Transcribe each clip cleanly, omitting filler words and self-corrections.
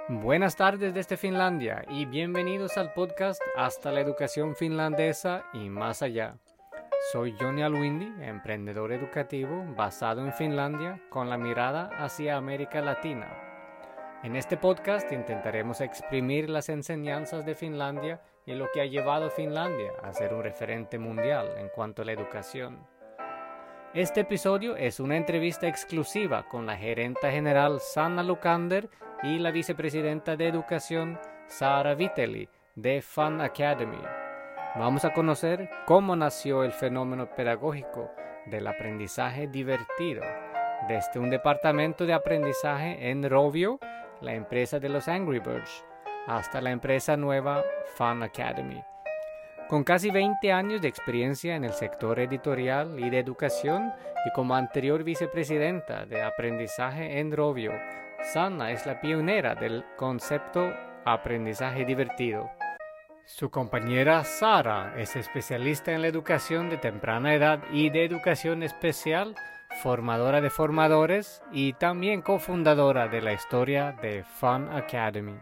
Buenas tardes desde Finlandia y bienvenidos al podcast Hasta la educación finlandesa y más allá. Soy Johnny Alwindi, emprendedor educativo basado en Finlandia con la mirada hacia América Latina. En este podcast intentaremos exprimir las enseñanzas de Finlandia y lo que ha llevado a Finlandia a ser un referente mundial en cuanto a la educación. Este episodio es una entrevista exclusiva con la gerenta general Sanna Lukander y la vicepresidenta de educación Saara Viiteli de Fun Academy. Vamos a conocer cómo nació el fenómeno pedagógico del aprendizaje divertido, desde un departamento de aprendizaje en Rovio, la empresa de los Angry Birds, hasta la empresa nueva Fun Academy. Con casi 20 años de experiencia en el sector editorial y de educación y como anterior vicepresidenta de aprendizaje en Rovio, Sanna es la pionera del concepto aprendizaje divertido. Su compañera Saara es especialista en la educación de temprana edad y de educación especial, formadora de formadores y también cofundadora de la historia de Fun Academy.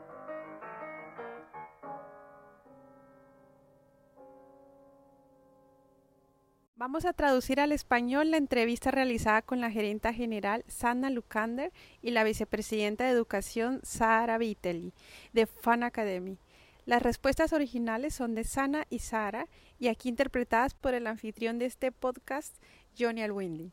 Vamos a traducir al español la entrevista realizada con la gerenta general Sanna Lukander y la vicepresidenta de educación Saara Viiteli de Fun Academy. Las respuestas originales son de Sanna y Saara y aquí interpretadas por el anfitrión de este podcast, Johnny Alwindi.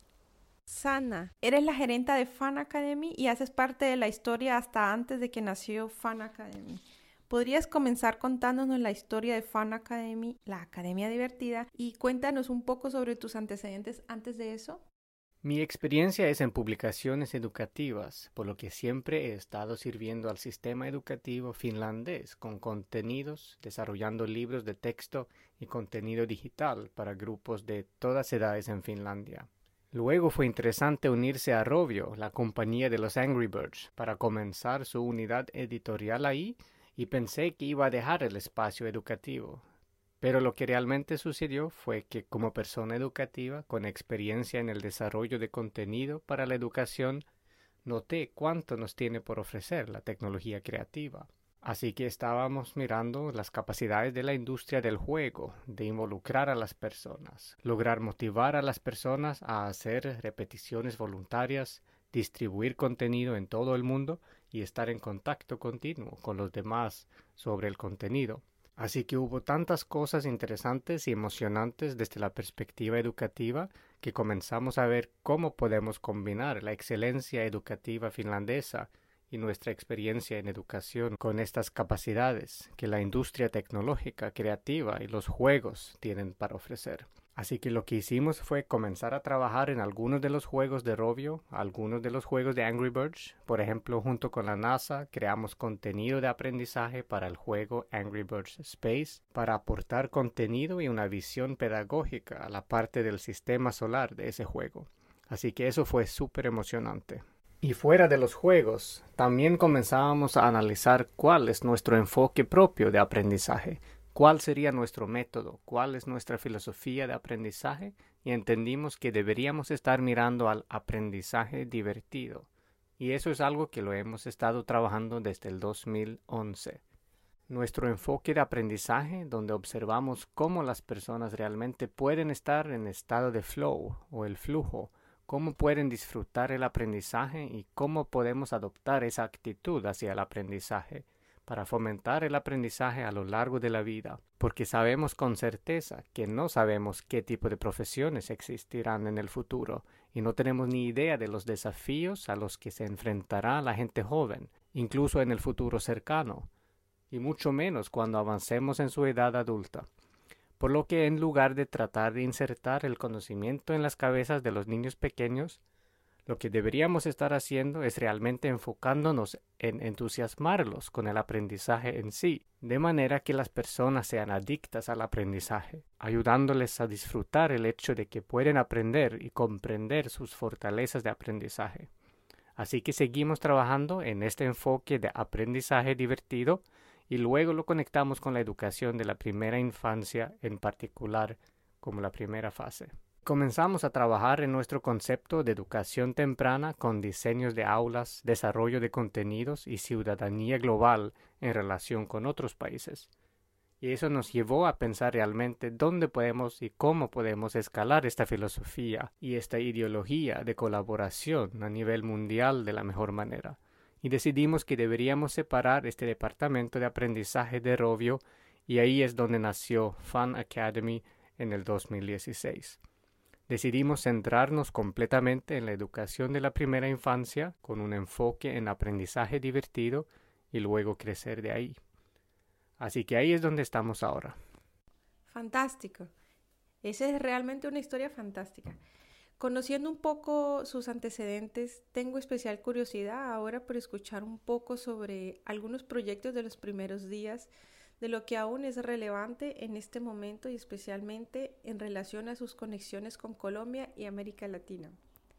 Sanna, eres la gerenta de Fun Academy y haces parte de la historia hasta antes de que nació Fun Academy. ¿Podrías comenzar contándonos la historia de Fun Academy, la academia divertida, y cuéntanos un poco sobre tus antecedentes antes de eso? Mi experiencia es en publicaciones educativas, por lo que siempre he estado sirviendo al sistema educativo finlandés con contenidos, desarrollando libros de texto y contenido digital para grupos de todas edades en Finlandia. Luego fue interesante unirse a Rovio, la compañía de los Angry Birds, para comenzar su unidad editorial ahí, y pensé que iba a dejar el espacio educativo. Pero lo que realmente sucedió fue que como persona educativa con experiencia en el desarrollo de contenido para la educación, noté cuánto nos tiene por ofrecer la tecnología creativa. Así que estábamos mirando las capacidades de la industria del juego, de involucrar a las personas, lograr motivar a las personas a hacer repeticiones voluntarias, distribuir contenido en todo el mundo y estar en contacto continuo con los demás sobre el contenido. Así que hubo tantas cosas interesantes y emocionantes desde la perspectiva educativa que comenzamos a ver cómo podemos combinar la excelencia educativa finlandesa y nuestra experiencia en educación con estas capacidades que la industria tecnológica, creativa y los juegos tienen para ofrecer. Así que lo que hicimos fue comenzar a trabajar en algunos de los juegos de Rovio, algunos de los juegos de Angry Birds. Por ejemplo, junto con la NASA, creamos contenido de aprendizaje para el juego Angry Birds Space para aportar contenido y una visión pedagógica a la parte del sistema solar de ese juego. Así que eso fue súper emocionante. Y fuera de los juegos, también comenzábamos a analizar cuál es nuestro enfoque propio de aprendizaje. ¿Cuál sería nuestro método? ¿Cuál es nuestra filosofía de aprendizaje? Y entendimos que deberíamos estar mirando al aprendizaje divertido. Y eso es algo que lo hemos estado trabajando desde el 2011. Nuestro enfoque de aprendizaje, donde observamos cómo las personas realmente pueden estar en estado de flow o el flujo, cómo pueden disfrutar el aprendizaje y cómo podemos adoptar esa actitud hacia el aprendizaje para fomentar el aprendizaje a lo largo de la vida, porque sabemos con certeza que no sabemos qué tipo de profesiones existirán en el futuro y no tenemos ni idea de los desafíos a los que se enfrentará la gente joven, incluso en el futuro cercano, y mucho menos cuando avancemos en su edad adulta. Por lo que en lugar de tratar de insertar el conocimiento en las cabezas de los niños pequeños, lo que deberíamos estar haciendo es realmente enfocándonos en entusiasmarlos con el aprendizaje en sí, de manera que las personas sean adictas al aprendizaje, ayudándoles a disfrutar el hecho de que pueden aprender y comprender sus fortalezas de aprendizaje. Así que seguimos trabajando en este enfoque de aprendizaje divertido y luego lo conectamos con la educación de la primera infancia en particular como la primera fase. Comenzamos a trabajar en nuestro concepto de educación temprana con diseños de aulas, desarrollo de contenidos y ciudadanía global en relación con otros países. Y eso nos llevó a pensar realmente dónde podemos y cómo podemos escalar esta filosofía y esta ideología de colaboración a nivel mundial de la mejor manera. Y decidimos que deberíamos separar este departamento de aprendizaje de Rovio, y ahí es donde nació Fun Academy en el 2016. Decidimos centrarnos completamente en la educación de la primera infancia con un enfoque en aprendizaje divertido y luego crecer de ahí. Así que ahí es donde estamos ahora. Fantástico. Esa es realmente una historia fantástica. Conociendo un poco sus antecedentes, tengo especial curiosidad ahora por escuchar un poco sobre algunos proyectos de los primeros días, de lo que aún es relevante en este momento y especialmente en relación a sus conexiones con Colombia y América Latina.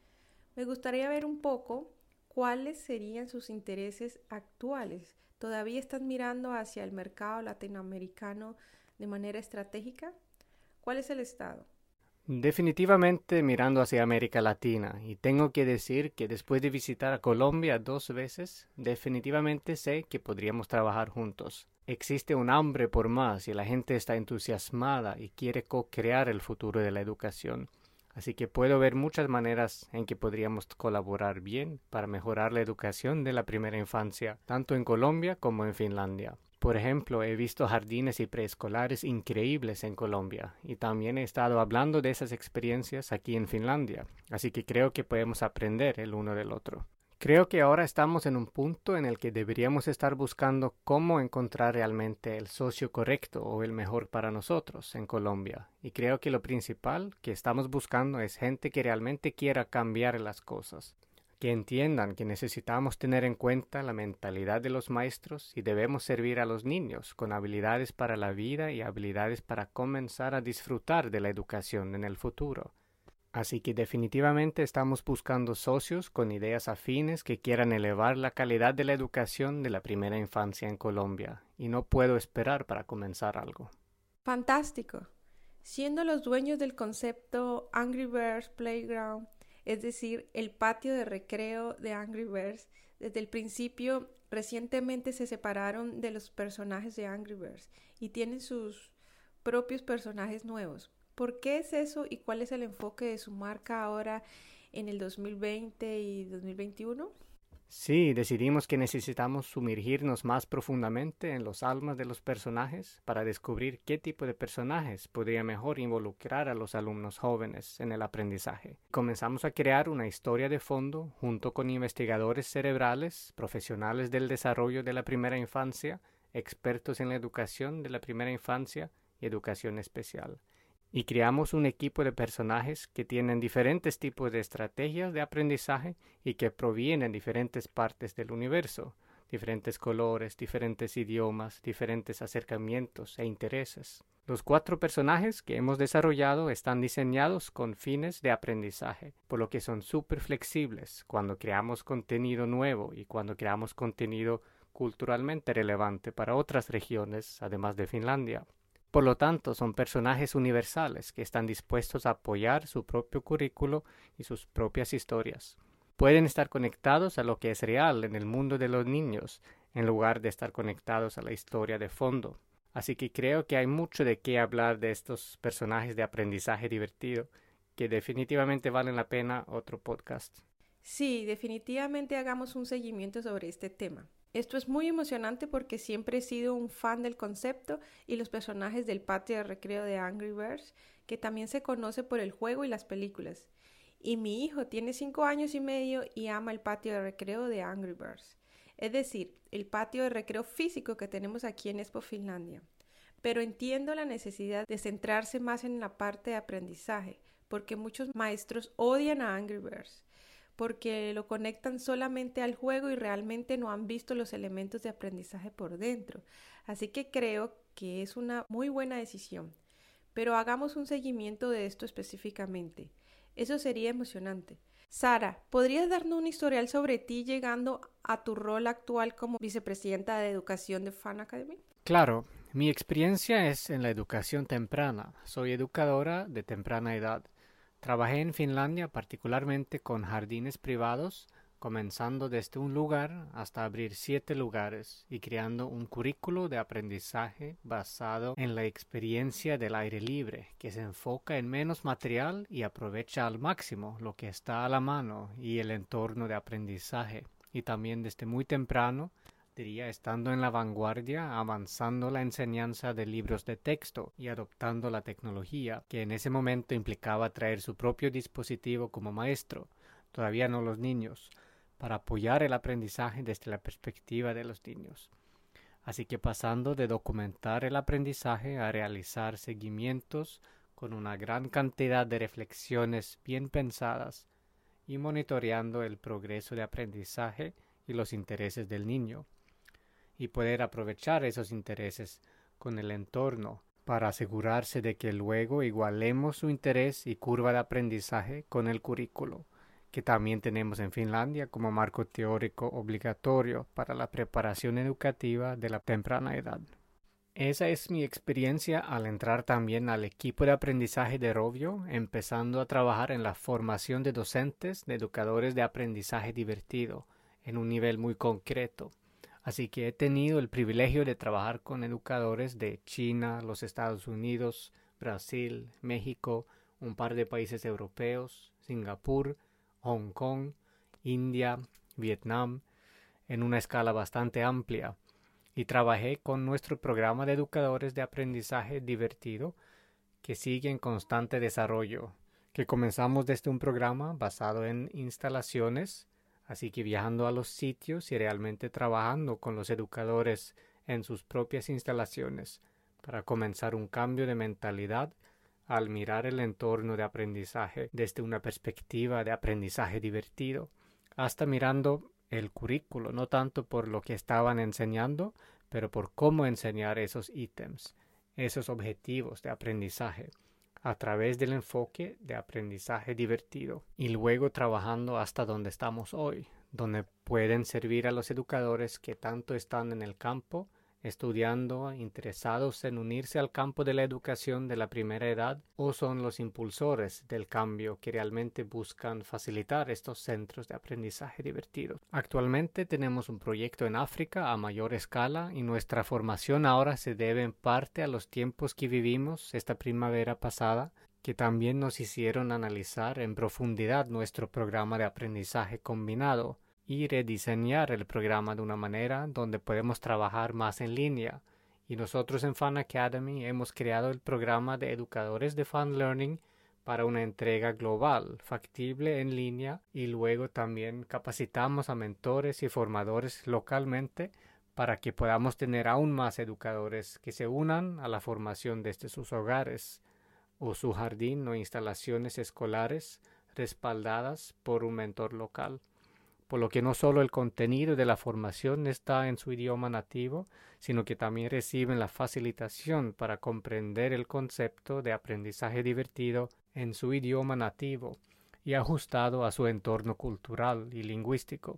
Me gustaría ver un poco cuáles serían sus intereses actuales. ¿Todavía están mirando hacia el mercado latinoamericano de manera estratégica? ¿Cuál es el estado? Definitivamente mirando hacia América Latina, y tengo que decir que después de visitar a Colombia 2 veces, definitivamente sé que podríamos trabajar juntos. Existe un hambre por más y la gente está entusiasmada y quiere co-crear el futuro de la educación. Así que puedo ver muchas maneras en que podríamos colaborar bien para mejorar la educación de la primera infancia, tanto en Colombia como en Finlandia. Por ejemplo, he visto jardines y preescolares increíbles en Colombia y también he estado hablando de esas experiencias aquí en Finlandia, así que creo que podemos aprender el uno del otro. Creo que ahora estamos en un punto en el que deberíamos estar buscando cómo encontrar realmente el socio correcto o el mejor para nosotros en Colombia. Y creo que lo principal que estamos buscando es gente que realmente quiera cambiar las cosas, que entiendan que necesitamos tener en cuenta la mentalidad de los maestros y debemos servir a los niños con habilidades para la vida y habilidades para comenzar a disfrutar de la educación en el futuro. Así que definitivamente estamos buscando socios con ideas afines que quieran elevar la calidad de la educación de la primera infancia en Colombia, y no puedo esperar para comenzar algo. Fantástico. Siendo los dueños del concepto Angry Birds Playground, es decir, el patio de recreo de Angry Birds, desde el principio recientemente se separaron de los personajes de Angry Birds y tienen sus propios personajes nuevos. ¿Por qué es eso y cuál es el enfoque de su marca ahora en el 2020 y 2021? Sí, decidimos que necesitamos sumergirnos más profundamente en los almas de los personajes para descubrir qué tipo de personajes podría mejor involucrar a los alumnos jóvenes en el aprendizaje. Comenzamos a crear una historia de fondo junto con investigadores cerebrales, profesionales del desarrollo de la primera infancia, expertos en la educación de la primera infancia y educación especial. Y creamos un equipo de personajes que tienen diferentes tipos de estrategias de aprendizaje y que provienen de diferentes partes del universo, diferentes colores, diferentes idiomas, diferentes acercamientos e intereses. Los 4 personajes que hemos desarrollado están diseñados con fines de aprendizaje, por lo que son súper flexibles cuando creamos contenido nuevo y cuando creamos contenido culturalmente relevante para otras regiones, además de Finlandia. Por lo tanto, son personajes universales que están dispuestos a apoyar su propio currículo y sus propias historias. Pueden estar conectados a lo que es real en el mundo de los niños, en lugar de estar conectados a la historia de fondo. Así que creo que hay mucho de qué hablar de estos personajes de aprendizaje divertido, que definitivamente valen la pena otro podcast. Sí, definitivamente hagamos un seguimiento sobre este tema. Esto es muy emocionante porque siempre he sido un fan del concepto y los personajes del patio de recreo de Angry Birds, que también se conoce por el juego y las películas. Y mi hijo tiene 5 años y medio y ama el patio de recreo de Angry Birds, es decir, el patio de recreo físico que tenemos aquí en Expo Finlandia. Pero entiendo la necesidad de centrarse más en la parte de aprendizaje, porque muchos maestros odian a Angry Birds, porque lo conectan solamente al juego y realmente no han visto los elementos de aprendizaje por dentro. Así que creo que es una muy buena decisión. Pero hagamos un seguimiento de esto específicamente. Eso sería emocionante. Sara, ¿podrías darnos un historial sobre ti llegando a tu rol actual como vicepresidenta de educación de Fun Academy? Claro, mi experiencia es en la educación temprana. Soy educadora de temprana edad. Trabajé en Finlandia particularmente con jardines privados, comenzando desde un lugar hasta abrir 7 lugares y creando un currículo de aprendizaje basado en la experiencia del aire libre, que se enfoca en menos material y aprovecha al máximo lo que está a la mano y el entorno de aprendizaje. Y también desde muy temprano, diría estando en la vanguardia, avanzando la enseñanza de libros de texto y adoptando la tecnología, que en ese momento implicaba traer su propio dispositivo como maestro, todavía no los niños, para apoyar el aprendizaje desde la perspectiva de los niños. Así que pasando de documentar el aprendizaje a realizar seguimientos con una gran cantidad de reflexiones bien pensadas y monitoreando el progreso de aprendizaje y los intereses del niño, y poder aprovechar esos intereses con el entorno para asegurarse de que luego igualemos su interés y curva de aprendizaje con el currículo, que también tenemos en Finlandia como marco teórico obligatorio para la preparación educativa de la temprana edad. Esa es mi experiencia al entrar también al equipo de aprendizaje de Rovio, empezando a trabajar en la formación de docentes, de educadores de aprendizaje divertido, en un nivel muy concreto. Así que he tenido el privilegio de trabajar con educadores de China, los Estados Unidos, Brasil, México, un par de países europeos, Singapur, Hong Kong, India, Vietnam, en una escala bastante amplia. Y trabajé con nuestro programa de educadores de aprendizaje divertido, que sigue en constante desarrollo, que comenzamos desde un programa basado en instalaciones, así que viajando a los sitios y realmente trabajando con los educadores en sus propias instalaciones para comenzar un cambio de mentalidad al mirar el entorno de aprendizaje desde una perspectiva de aprendizaje divertido, hasta mirando el currículo, no tanto por lo que estaban enseñando, pero por cómo enseñar esos ítems, esos objetivos de aprendizaje, a través del enfoque de aprendizaje divertido, y luego trabajando hasta donde estamos hoy, donde pueden servir a los educadores que tanto están en el campo, estudiando, interesados en unirse al campo de la educación de la primera edad, o son los impulsores del cambio que realmente buscan facilitar estos centros de aprendizaje divertido. Actualmente tenemos un proyecto en África a mayor escala y nuestra formación ahora se debe en parte a los tiempos que vivimos esta primavera pasada, que también nos hicieron analizar en profundidad nuestro programa de aprendizaje combinado y rediseñar el programa de una manera donde podemos trabajar más en línea. Y nosotros en Fun Academy hemos creado el programa de educadores de Fun Learning para una entrega global, factible en línea, y luego también capacitamos a mentores y formadores localmente para que podamos tener aún más educadores que se unan a la formación desde sus hogares o su jardín o instalaciones escolares respaldadas por un mentor local. Por lo que no solo el contenido de la formación está en su idioma nativo, sino que también reciben la facilitación para comprender el concepto de aprendizaje divertido en su idioma nativo y ajustado a su entorno cultural y lingüístico.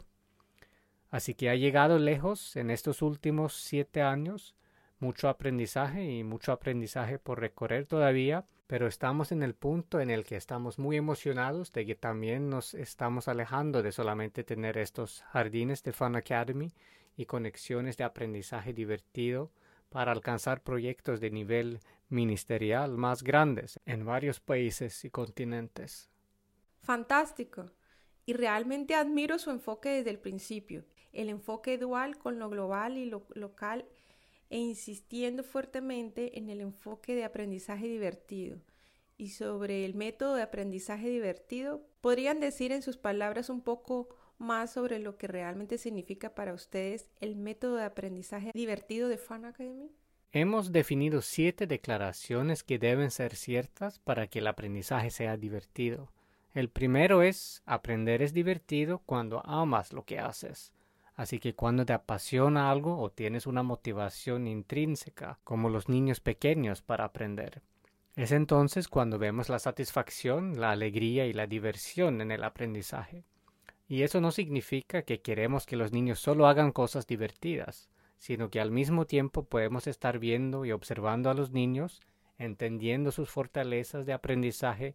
Así que ha llegado lejos en estos últimos 7 años, mucho aprendizaje y mucho aprendizaje por recorrer todavía, pero estamos en el punto en el que estamos muy emocionados de que también nos estamos alejando de solamente tener estos jardines de Fun Academy y conexiones de aprendizaje divertido para alcanzar proyectos de nivel ministerial más grandes en varios países y continentes. Fantástico. Y realmente admiro su enfoque desde el principio, el enfoque dual con lo global y lo local, e insistiendo fuertemente en el enfoque de aprendizaje divertido. Y sobre el método de aprendizaje divertido, ¿podrían decir en sus palabras un poco más sobre lo que realmente significa para ustedes el método de aprendizaje divertido de Fun Academy? Hemos definido 7 declaraciones que deben ser ciertas para que el aprendizaje sea divertido. El primero es: aprender es divertido cuando amas lo que haces. Así que cuando te apasiona algo o tienes una motivación intrínseca, como los niños pequeños para aprender, es entonces cuando vemos la satisfacción, la alegría y la diversión en el aprendizaje. Y eso no significa que queremos que los niños solo hagan cosas divertidas, sino que al mismo tiempo podemos estar viendo y observando a los niños, entendiendo sus fortalezas de aprendizaje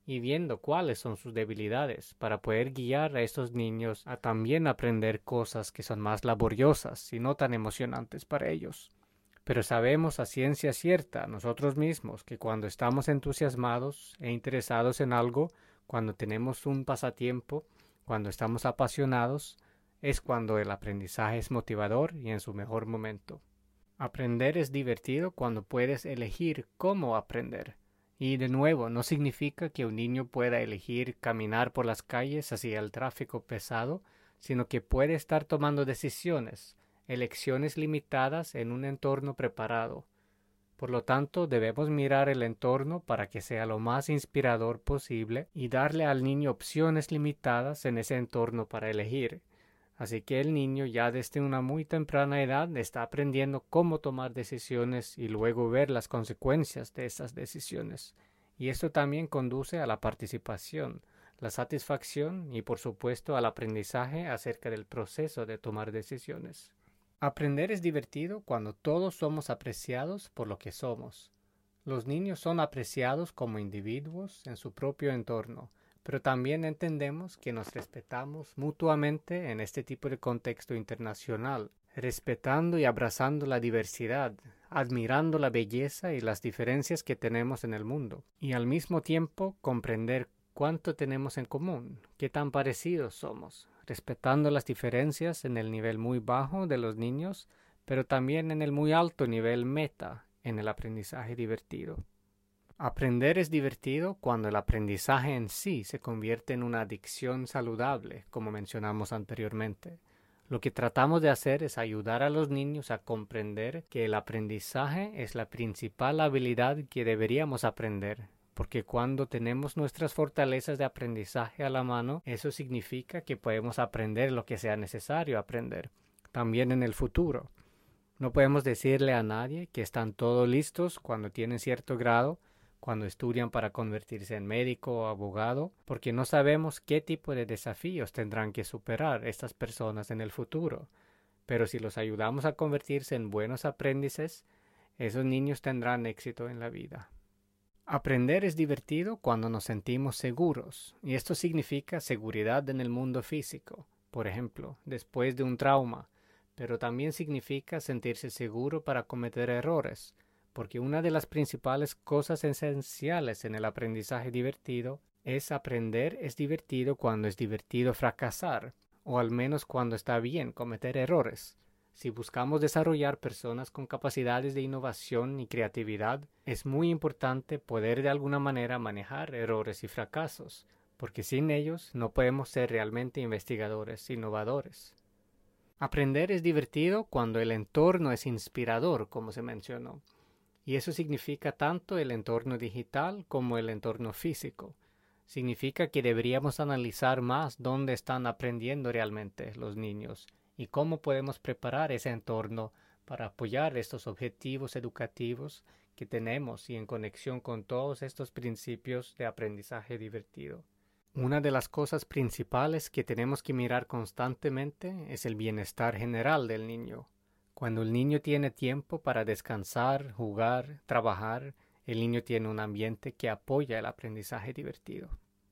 y viendo cuáles son sus debilidades para poder guiar a estos niños a también aprender cosas que son más laboriosas y no tan emocionantes para ellos. Pero sabemos a ciencia cierta nosotros mismos que cuando estamos entusiasmados e interesados en algo, cuando tenemos un pasatiempo, cuando estamos apasionados, es cuando el aprendizaje es motivador y en su mejor momento. Aprender es divertido cuando puedes elegir cómo aprender. Y de nuevo, no significa que un niño pueda elegir caminar por las calles hacia el tráfico pesado, sino que puede estar tomando decisiones, elecciones limitadas en un entorno preparado. Por lo tanto, debemos mirar el entorno para que sea lo más inspirador posible y darle al niño opciones limitadas en ese entorno para elegir. Así que el niño ya desde una muy temprana edad está aprendiendo cómo tomar decisiones y luego ver las consecuencias de esas decisiones. Y esto también conduce a la participación, la satisfacción y por supuesto al aprendizaje acerca del proceso de tomar decisiones. Aprender es divertido cuando todos somos apreciados por lo que somos. Los niños son apreciados como individuos en su propio entorno, pero también entendemos que nos respetamos mutuamente en este tipo de contexto internacional, respetando y abrazando la diversidad, admirando la belleza y las diferencias que tenemos en el mundo, y al mismo tiempo comprender cuánto tenemos en común, qué tan parecidos somos, respetando las diferencias en el nivel muy bajo de los niños, pero también en el muy alto nivel meta, en el aprendizaje divertido. Aprender es divertido cuando el aprendizaje en sí se convierte en una adicción saludable, como mencionamos anteriormente. Lo que tratamos de hacer es ayudar a los niños a comprender que el aprendizaje es la principal habilidad que deberíamos aprender, porque cuando tenemos nuestras fortalezas de aprendizaje a la mano, eso significa que podemos aprender lo que sea necesario aprender, también en el futuro. No podemos decirle a nadie que están todos listos cuando tienen cierto grado, cuando estudian para convertirse en médico o abogado, porque no sabemos qué tipo de desafíos tendrán que superar estas personas en el futuro. Pero si los ayudamos a convertirse en buenos aprendices, esos niños tendrán éxito en la vida. Aprender es divertido cuando nos sentimos seguros, y esto significa seguridad en el mundo físico, por ejemplo, después de un trauma, pero también significa sentirse seguro para cometer errores, porque una de las principales cosas esenciales en el aprendizaje divertido es aprender es divertido cuando es divertido fracasar, o al menos cuando está bien cometer errores. Si buscamos desarrollar personas con capacidades de innovación y creatividad, es muy importante poder de alguna manera manejar errores y fracasos, porque sin ellos no podemos ser realmente investigadores innovadores. Aprender es divertido cuando el entorno es inspirador, como se mencionó. Y eso significa tanto el entorno digital como el entorno físico. Significa que deberíamos analizar más dónde están aprendiendo realmente los niños y cómo podemos preparar ese entorno para apoyar estos objetivos educativos que tenemos y en conexión con todos estos principios de aprendizaje divertido. Una de las cosas principales que tenemos que mirar constantemente es el bienestar general del niño. Cuando el niño tiene tiempo para descansar, jugar, trabajar, el niño tiene un ambiente que apoya el aprendizaje divertido.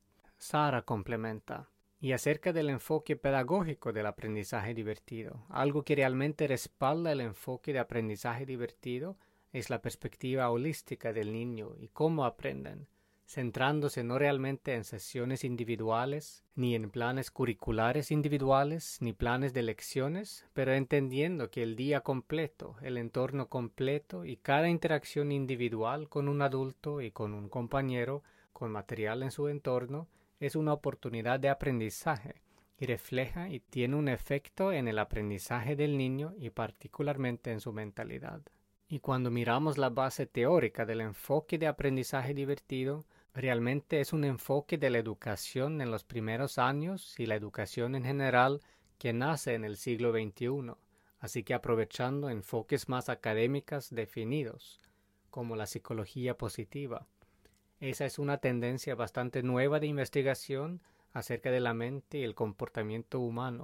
Sara complementa. Y acerca del enfoque pedagógico del aprendizaje divertido, algo que realmente respalda el enfoque de aprendizaje divertido es la perspectiva holística del niño y cómo aprenden, centrándose no realmente en sesiones individuales, ni en planes curriculares individuales, ni planes de lecciones, pero entendiendo que el día completo, el entorno completo y cada interacción individual con un adulto y con un compañero, con material en su entorno, es una oportunidad de aprendizaje y refleja y tiene un efecto en el aprendizaje del niño y particularmente en su mentalidad. Y cuando miramos la base teórica del enfoque de aprendizaje divertido, realmente es un enfoque de la educación en los primeros años y la educación en general que nace en el siglo XXI, así que aprovechando enfoques más académicos definidos, como la psicología positiva. Esa es una tendencia bastante nueva de investigación acerca de la mente y el comportamiento humano,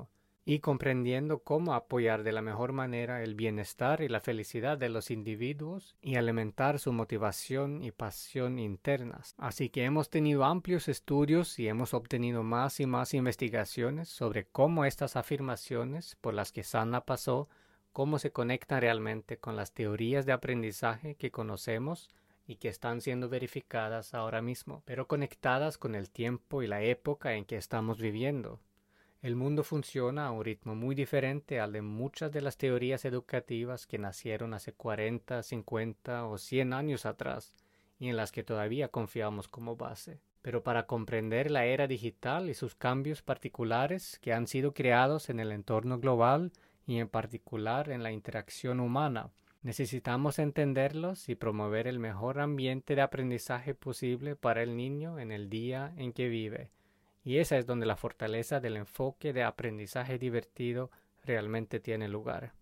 y comprendiendo cómo apoyar de la mejor manera el bienestar y la felicidad de los individuos y alimentar su motivación y pasión internas. Así que hemos tenido amplios estudios y hemos obtenido más y más investigaciones sobre cómo estas afirmaciones por las que Sanna pasó, cómo se conectan realmente con las teorías de aprendizaje que conocemos y que están siendo verificadas ahora mismo, pero conectadas con el tiempo y la época en que estamos viviendo. El mundo funciona a un ritmo muy diferente al de muchas de las teorías educativas que nacieron hace 40, 50 o 100 años atrás y en las que todavía confiamos como base. Pero para comprender la era digital y sus cambios particulares que han sido creados en el entorno global y en particular en la interacción humana, necesitamos entenderlos y promover el mejor ambiente de aprendizaje posible para el niño en el día en que vive. Y esa es donde la fortaleza del enfoque de aprendizaje divertido realmente tiene lugar.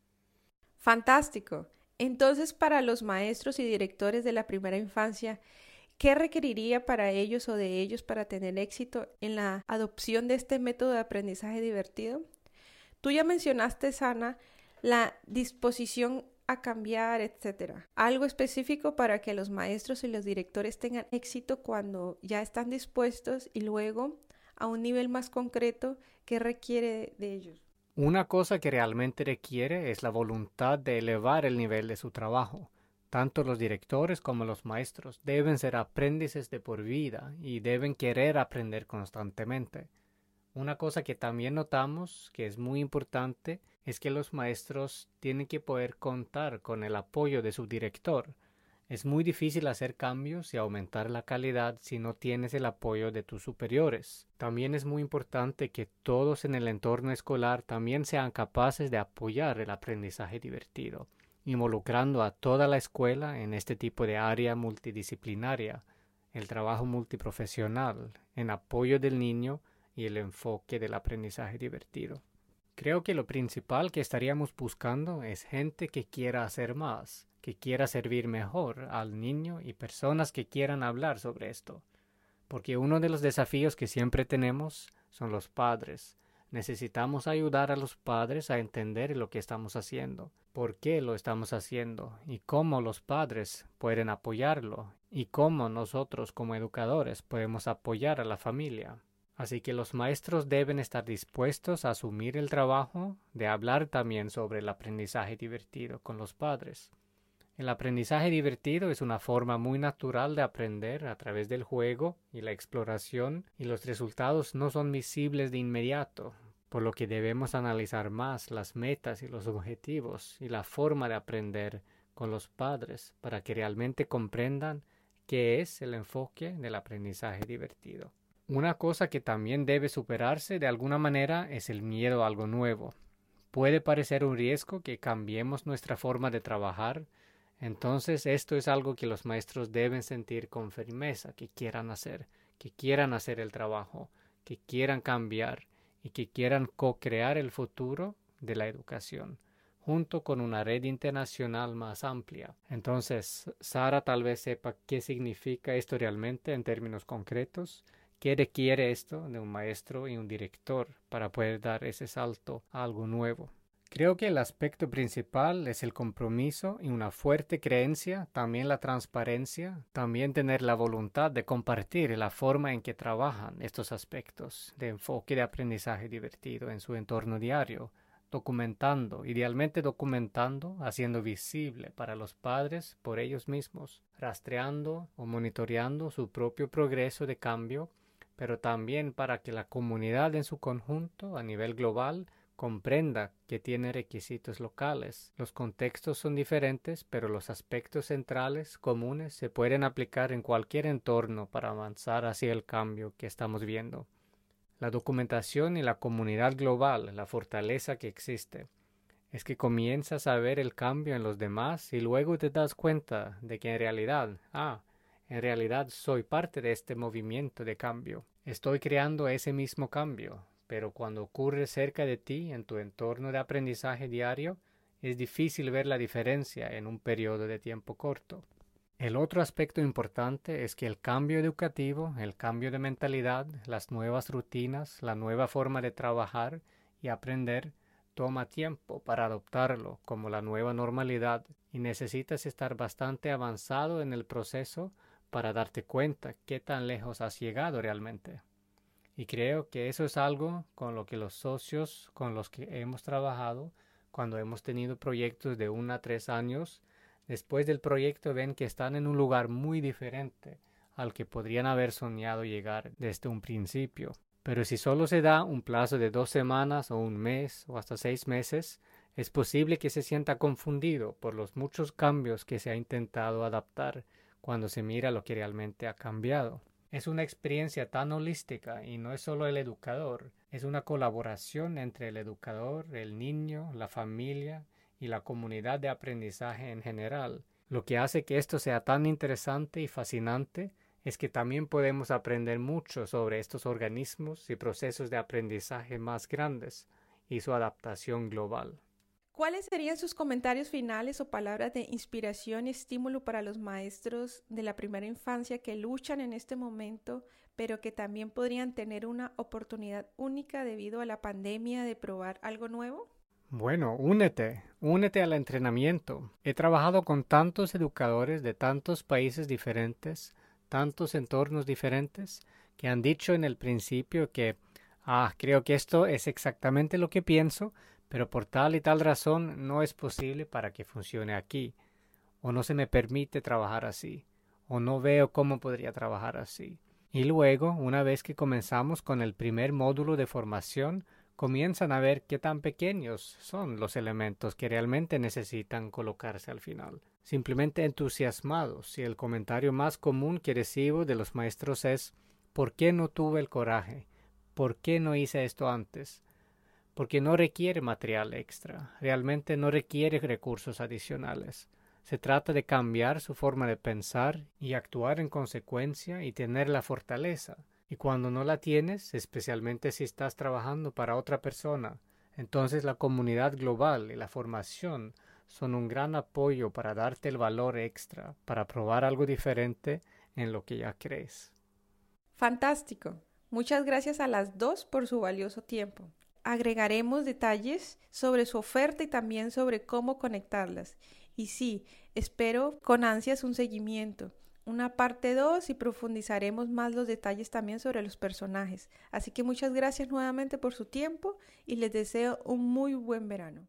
Fantástico. Entonces, para los maestros y directores de la primera infancia, ¿qué requeriría para ellos o de ellos para tener éxito en la adopción de este método de aprendizaje divertido? Tú ya mencionaste, Sana, la disposición a cambiar, etcétera. Algo específico para que los maestros y los directores tengan éxito cuando ya están dispuestos y luego a un nivel más concreto que requiere de ellos. Una cosa que realmente requiere es la voluntad de elevar el nivel de su trabajo. Tanto los directores como los maestros deben ser aprendices de por vida y deben querer aprender constantemente. Una cosa que también notamos que es muy importante es que los maestros tienen que poder contar con el apoyo de su director. Es muy difícil hacer cambios y aumentar la calidad si no tienes el apoyo de tus superiores. También es muy importante que todos en el entorno escolar también sean capaces de apoyar el aprendizaje divertido, involucrando a toda la escuela en este tipo de área multidisciplinaria, el trabajo multiprofesional, en apoyo del niño y el enfoque del aprendizaje divertido. Creo que lo principal que estaríamos buscando es gente que quiera hacer más, que quiera servir mejor al niño y personas que quieran hablar sobre esto. Porque uno de los desafíos que siempre tenemos son los padres. Necesitamos ayudar a los padres a entender lo que estamos haciendo, por qué lo estamos haciendo y cómo los padres pueden apoyarlo y cómo nosotros como educadores podemos apoyar a la familia. Así que los maestros deben estar dispuestos a asumir el trabajo de hablar también sobre el aprendizaje divertido con los padres. El aprendizaje divertido es una forma muy natural de aprender a través del juego y la exploración, y los resultados no son visibles de inmediato, por lo que debemos analizar más las metas y los objetivos y la forma de aprender con los padres para que realmente comprendan qué es el enfoque del aprendizaje divertido. Una cosa que también debe superarse de alguna manera es el miedo a algo nuevo. Puede parecer un riesgo que cambiemos nuestra forma de trabajar, entonces esto es algo que los maestros deben sentir con firmeza, que quieran hacer el trabajo, que quieran cambiar y que quieran co-crear el futuro de la educación, junto con una red internacional más amplia. Entonces, Sara tal vez sepa qué significa esto realmente en términos concretos. ¿Qué requiere esto de un maestro y un director para poder dar ese salto a algo nuevo? Creo que el aspecto principal es el compromiso y una fuerte creencia, también la transparencia, también tener la voluntad de compartir la forma en que trabajan estos aspectos de enfoque de aprendizaje divertido en su entorno diario, idealmente documentando, haciendo visible para los padres por ellos mismos, rastreando o monitoreando su propio progreso de cambio, pero también para que la comunidad en su conjunto a nivel global comprenda que tiene requisitos locales. Los contextos son diferentes, pero los aspectos centrales comunes se pueden aplicar en cualquier entorno para avanzar hacia el cambio que estamos viendo. La documentación y la comunidad global, la fortaleza que existe, es que comienzas a ver el cambio en los demás y luego te das cuenta de que en realidad soy parte de este movimiento de cambio. Estoy creando ese mismo cambio, pero cuando ocurre cerca de ti, en tu entorno de aprendizaje diario, es difícil ver la diferencia en un periodo de tiempo corto. El otro aspecto importante es que el cambio educativo, el cambio de mentalidad, las nuevas rutinas, la nueva forma de trabajar y aprender toma tiempo para adoptarlo como la nueva normalidad y necesitas estar bastante avanzado en el proceso para darte cuenta qué tan lejos has llegado realmente. Y creo que eso es algo con lo que los socios con los que hemos trabajado, cuando hemos tenido proyectos de 1 a 3 años, después del proyecto ven que están en un lugar muy diferente al que podrían haber soñado llegar desde un principio. Pero si solo se da un plazo de 2 semanas o un mes o hasta 6 meses, es posible que se sienta confundido por los muchos cambios que se ha intentado adaptar cuando se mira lo que realmente ha cambiado. Es una experiencia tan holística y no es solo el educador, es una colaboración entre el educador, el niño, la familia y la comunidad de aprendizaje en general. Lo que hace que esto sea tan interesante y fascinante es que también podemos aprender mucho sobre estos organismos y procesos de aprendizaje más grandes y su adaptación global. ¿Cuáles serían sus comentarios finales o palabras de inspiración y estímulo para los maestros de la primera infancia que luchan en este momento, pero que también podrían tener una oportunidad única debido a la pandemia de probar algo nuevo? Bueno, únete al entrenamiento. He trabajado con tantos educadores de tantos países diferentes, tantos entornos diferentes, que han dicho en el principio que creo que esto es exactamente lo que pienso, pero por tal y tal razón no es posible para que funcione aquí, o no se me permite trabajar así, o no veo cómo podría trabajar así. Y luego, una vez que comenzamos con el primer módulo de formación, comienzan a ver qué tan pequeños son los elementos que realmente necesitan colocarse al final. Simplemente entusiasmados, y el comentario más común que recibo de los maestros es ¿por qué no tuve el coraje? ¿Por qué no hice esto antes? Porque no requiere material extra, realmente no requiere recursos adicionales. Se trata de cambiar su forma de pensar y actuar en consecuencia y tener la fortaleza. Y cuando no la tienes, especialmente si estás trabajando para otra persona, entonces la comunidad global y la formación son un gran apoyo para darte el valor extra, para probar algo diferente en lo que ya crees. Fantástico. Muchas gracias a las dos por su valioso tiempo. Agregaremos detalles sobre su oferta y también sobre cómo conectarlas. Y sí, espero con ansias un seguimiento, una parte 2 y profundizaremos más los detalles también sobre los personajes. Así que muchas gracias nuevamente por su tiempo y les deseo un muy buen verano.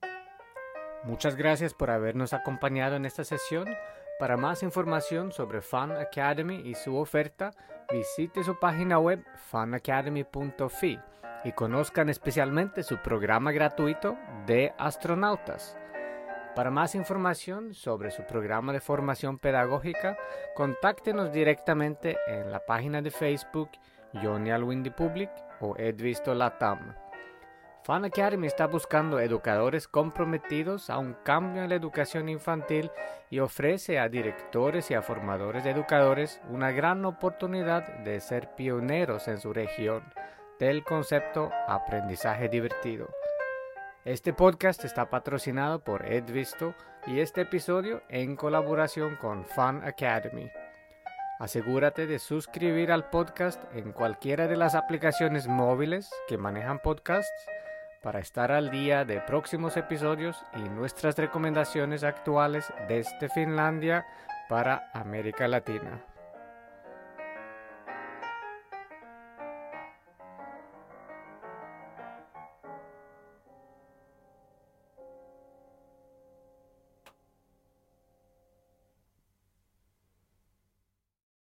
Muchas gracias por habernos acompañado en esta sesión. Para más información sobre Fan Academy y su oferta, visite su página web fanacademy.fi y conozcan especialmente su programa gratuito de astronautas. Para más información sobre su programa de formación pedagógica, contáctenos directamente en la página de Facebook Johnny Alwindi Public o Edvisto Latam. Fan Academy está buscando educadores comprometidos a un cambio en la educación infantil y ofrece a directores y a formadores de educadores una gran oportunidad de ser pioneros en su región del concepto aprendizaje divertido. Este podcast está patrocinado por Edvisto y este episodio en colaboración con Fan Academy. Asegúrate de suscribir al podcast en cualquiera de las aplicaciones móviles que manejan podcasts para estar al día de próximos episodios y nuestras recomendaciones actuales desde Finlandia para América Latina.